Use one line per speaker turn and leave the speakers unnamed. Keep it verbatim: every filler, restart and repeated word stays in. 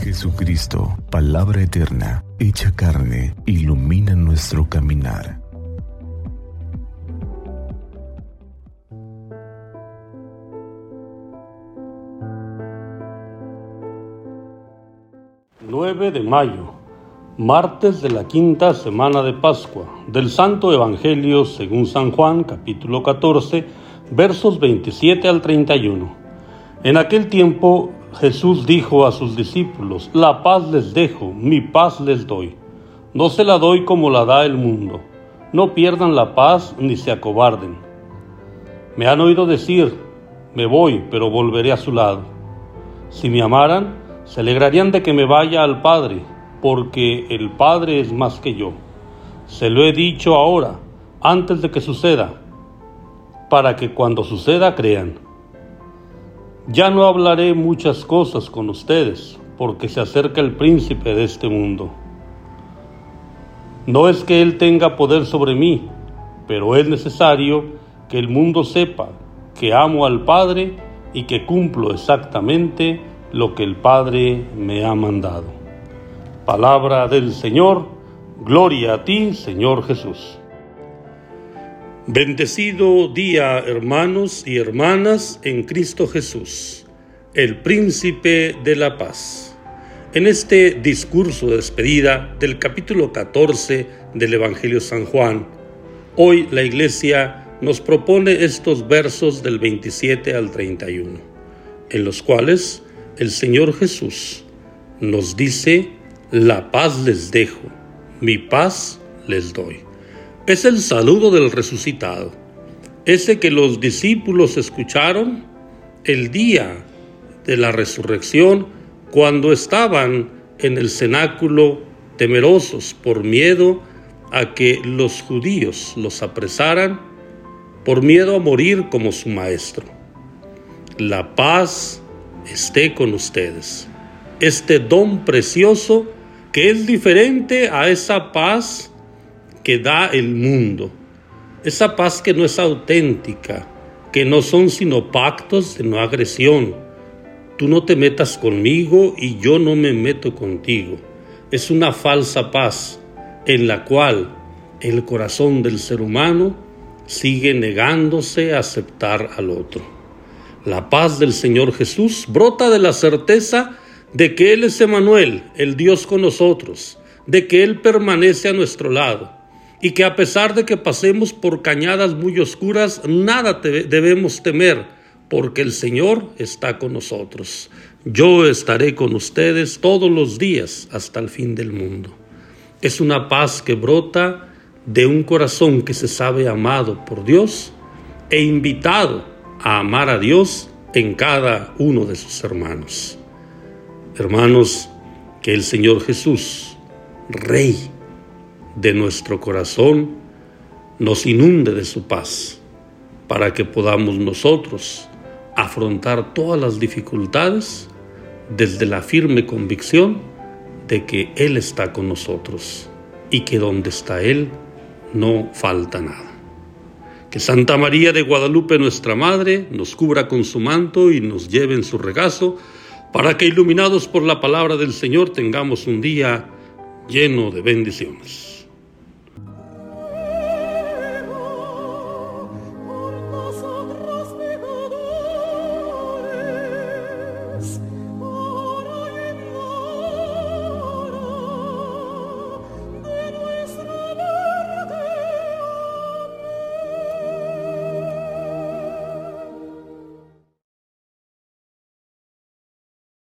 Jesucristo, palabra eterna, hecha carne, ilumina nuestro caminar.
nueve de mayo, martes de la quinta semana de Pascua, del Santo Evangelio según San Juan, capítulo catorce, versos veintisiete al treinta y uno. En aquel tiempo Jesús dijo a sus discípulos: La paz les dejo, mi paz les doy. No se la doy como la da el mundo. No pierdan la paz ni se acobarden. Me han oído decir: me voy, pero volveré a su lado. Si me amaran, se alegrarían de que me vaya al Padre, porque el Padre es más que yo. Se lo he dicho ahora, antes de que suceda, para que cuando suceda crean. Ya no hablaré muchas cosas con ustedes, porque se acerca el príncipe de este mundo. No es que él tenga poder sobre mí, pero es necesario que el mundo sepa que amo al Padre y que cumplo exactamente lo que el Padre me ha mandado. Palabra del Señor, gloria a ti, Señor Jesús. Bendecido día, hermanos y hermanas, en Cristo Jesús, el Príncipe de la Paz. En este discurso de despedida del capítulo catorce del Evangelio San Juan, hoy la Iglesia nos propone estos versos del veintisiete al treinta y uno, en los cuales el Señor Jesús nos dice: la paz les dejo, mi paz les doy. Es el saludo del resucitado, ese que los discípulos escucharon el día de la resurrección, cuando estaban en el cenáculo temerosos por miedo a que los judíos los apresaran, por miedo a morir como su maestro. La paz esté con ustedes. Este don precioso que es diferente a esa paz que da el mundo, esa paz que no es auténtica, que no son sino pactos de no agresión. Tú no te metas conmigo y yo no me meto contigo. Es una falsa paz en la cual el corazón del ser humano sigue negándose a aceptar al otro. La paz del Señor Jesús brota de la certeza de que Él es Emmanuel, el Dios con nosotros, de que Él permanece a nuestro lado, y que a pesar de que pasemos por cañadas muy oscuras, nada te debemos temer, porque el Señor está con nosotros. Yo estaré con ustedes todos los días hasta el fin del mundo. Es una paz que brota de un corazón que se sabe amado por Dios e invitado a amar a Dios en cada uno de sus hermanos. Hermanos, que el Señor Jesús, Rey de nuestro corazón, nos inunde de su paz, para que podamos nosotros afrontar todas las dificultades desde la firme convicción de que Él está con nosotros y que donde está Él no falta nada. Que Santa María de Guadalupe, nuestra Madre, nos cubra con su manto y nos lleve en su regazo, para que, iluminados por la palabra del Señor, tengamos un día lleno de bendiciones.